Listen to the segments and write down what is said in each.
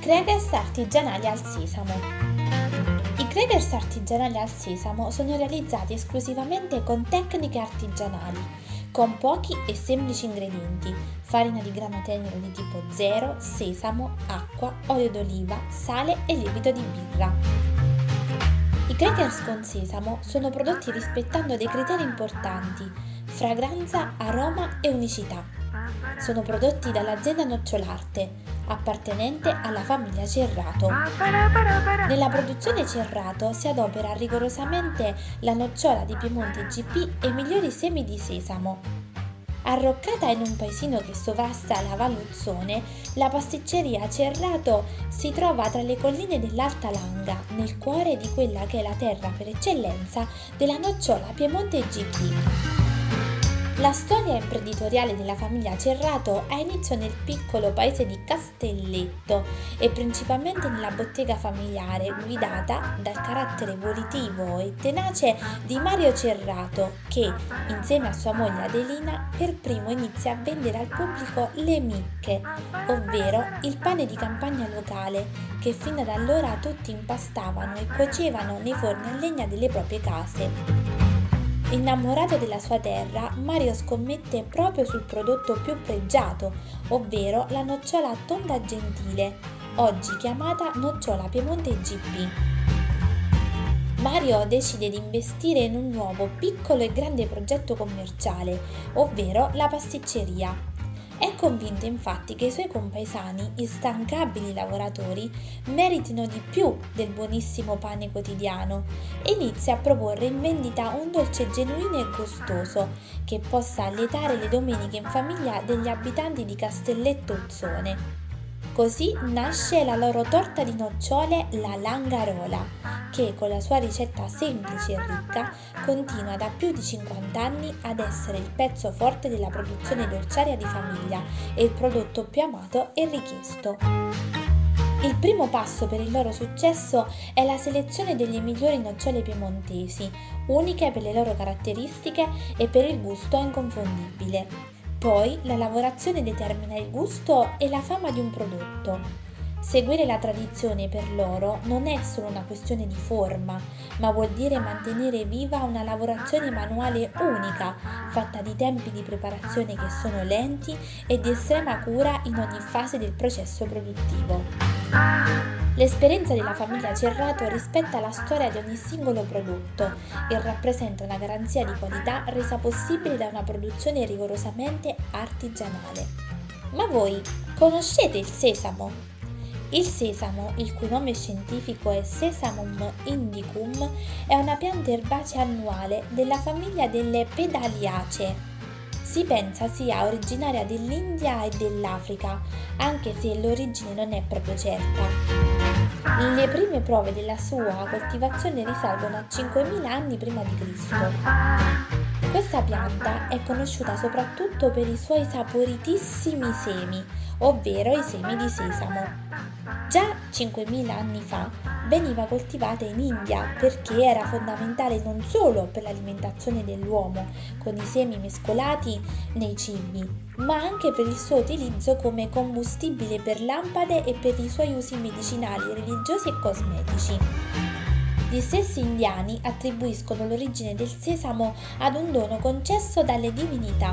Crackers artigianali al sesamo. I crackers artigianali al sesamo sono realizzati esclusivamente con tecniche artigianali, con pochi e semplici ingredienti: farina di grano tenero di tipo 0, sesamo, acqua, olio d'oliva, sale e lievito di birra. I crackers con sesamo sono prodotti rispettando dei criteri importanti: fragranza, aroma e unicità. Sono prodotti dall'azienda Nocciolarte, appartenente alla famiglia Cerrato. Nella produzione Cerrato si adopera rigorosamente la nocciola di Piemonte GP e i migliori semi di sesamo. Arroccata in un paesino che sovrasta la Valluzzone, la pasticceria Cerrato si trova tra le colline dell'Alta Langa, nel cuore di quella che è la terra per eccellenza della nocciola Piemonte GP. La storia imprenditoriale della famiglia Cerrato ha inizio nel piccolo paese di Castelletto e principalmente nella bottega familiare guidata dal carattere volitivo e tenace di Mario Cerrato, che, insieme a sua moglie Adelina, per primo inizia a vendere al pubblico le micche, ovvero il pane di campagna locale che fino ad allora tutti impastavano e cuocevano nei forni a legna delle proprie case. Innamorato della sua terra, Mario scommette proprio sul prodotto più pregiato, ovvero la nocciola tonda gentile, oggi chiamata nocciola Piemonte GP. Mario decide di investire in un nuovo, piccolo e grande progetto commerciale, ovvero la pasticceria. È convinto infatti che i suoi compaesani, instancabili lavoratori, meritino di più del buonissimo pane quotidiano e inizia a proporre in vendita un dolce genuino e gustoso che possa allietare le domeniche in famiglia degli abitanti di Castelletto Uzzone. Così nasce la loro torta di nocciole, la Langarola, che con la sua ricetta semplice e ricca continua da più di 50 anni ad essere il pezzo forte della produzione dolciaria di famiglia e il prodotto più amato e richiesto. Il primo passo per il loro successo è la selezione delle migliori nocciole piemontesi, uniche per le loro caratteristiche e per il gusto inconfondibile. Poi la lavorazione determina il gusto e la fama di un prodotto. Seguire la tradizione per loro non è solo una questione di forma, ma vuol dire mantenere viva una lavorazione manuale unica, fatta di tempi di preparazione che sono lenti e di estrema cura in ogni fase del processo produttivo. L'esperienza della famiglia Cerrato rispetta la storia di ogni singolo prodotto e rappresenta una garanzia di qualità resa possibile da una produzione rigorosamente artigianale. Ma voi conoscete il sesamo? Il sesamo, il cui nome scientifico è Sesamum indicum, è una pianta erbacea annuale della famiglia delle Pedaliaceae. Si pensa sia originaria dell'India e dell'Africa, anche se l'origine non è proprio certa. Le prime prove della sua coltivazione risalgono a 5.000 anni prima di Cristo. Questa pianta è conosciuta soprattutto per i suoi saporitissimi semi, ovvero i semi di sesamo. Già 5.000 anni fa veniva coltivata in India perché era fondamentale non solo per l'alimentazione dell'uomo con i semi mescolati nei cibi, ma anche per il suo utilizzo come combustibile per lampade e per i suoi usi medicinali, religiosi e cosmetici. Gli stessi indiani attribuiscono l'origine del sesamo ad un dono concesso dalle divinità.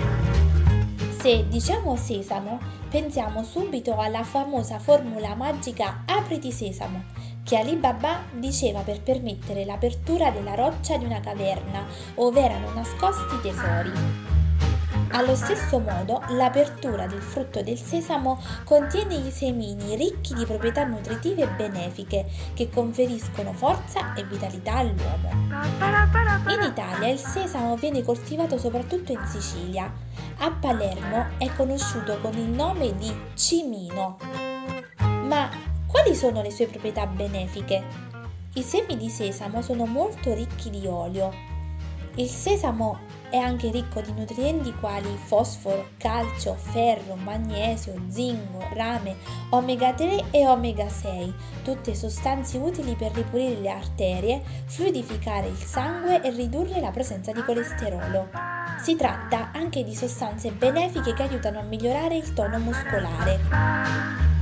Se diciamo sesamo, pensiamo subito alla famosa formula magica apriti sesamo, che Ali Baba diceva per permettere l'apertura della roccia di una caverna ove erano nascosti tesori. Allo stesso modo, l'apertura del frutto del sesamo contiene i semini ricchi di proprietà nutritive e benefiche che conferiscono forza e vitalità all'uomo. In Italia il sesamo viene coltivato soprattutto in Sicilia. A Palermo è conosciuto con il nome di cimino. Ma quali sono le sue proprietà benefiche? I semi di sesamo sono molto ricchi di olio. Il sesamo è anche ricco di nutrienti quali fosforo, calcio, ferro, magnesio, zinco, rame, omega 3 e omega 6, tutte sostanze utili per ripulire le arterie, fluidificare il sangue e ridurre la presenza di colesterolo. Si tratta anche di sostanze benefiche che aiutano a migliorare il tono muscolare.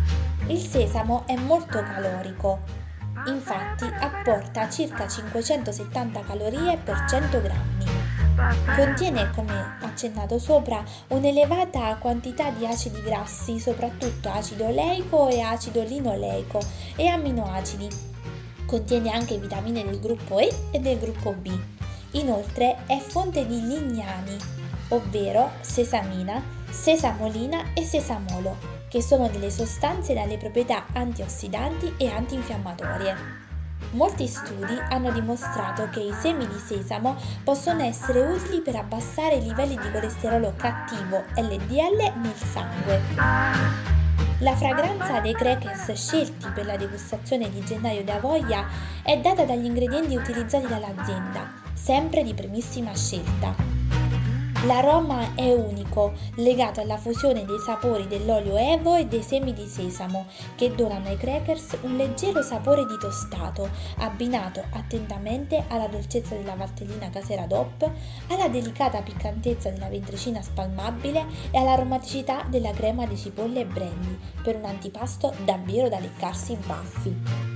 Il sesamo è molto calorico, infatti apporta circa 570 calorie per 100 grammi. Contiene, come accennato sopra, un'elevata quantità di acidi grassi, soprattutto acido oleico e acido linoleico, e amminoacidi. Contiene anche vitamine del gruppo E e del gruppo B. Inoltre è fonte di lignani, ovvero sesamina, sesamolina e sesamolo, che sono delle sostanze dalle proprietà antiossidanti e antinfiammatorie. Molti studi hanno dimostrato che i semi di sesamo possono essere utili per abbassare i livelli di colesterolo cattivo LDL nel sangue. La fragranza dei crackers scelti per la degustazione di gennaio da voglia è data dagli ingredienti utilizzati dall'azienda, sempre di primissima scelta. L'aroma è unico, legato alla fusione dei sapori dell'olio evo e dei semi di sesamo, che donano ai crackers un leggero sapore di tostato, abbinato attentamente alla dolcezza della valtellina casera DOP, alla delicata piccantezza della ventricina spalmabile e all'aromaticità della crema di cipolle e brandy, per un antipasto davvero da leccarsi i baffi.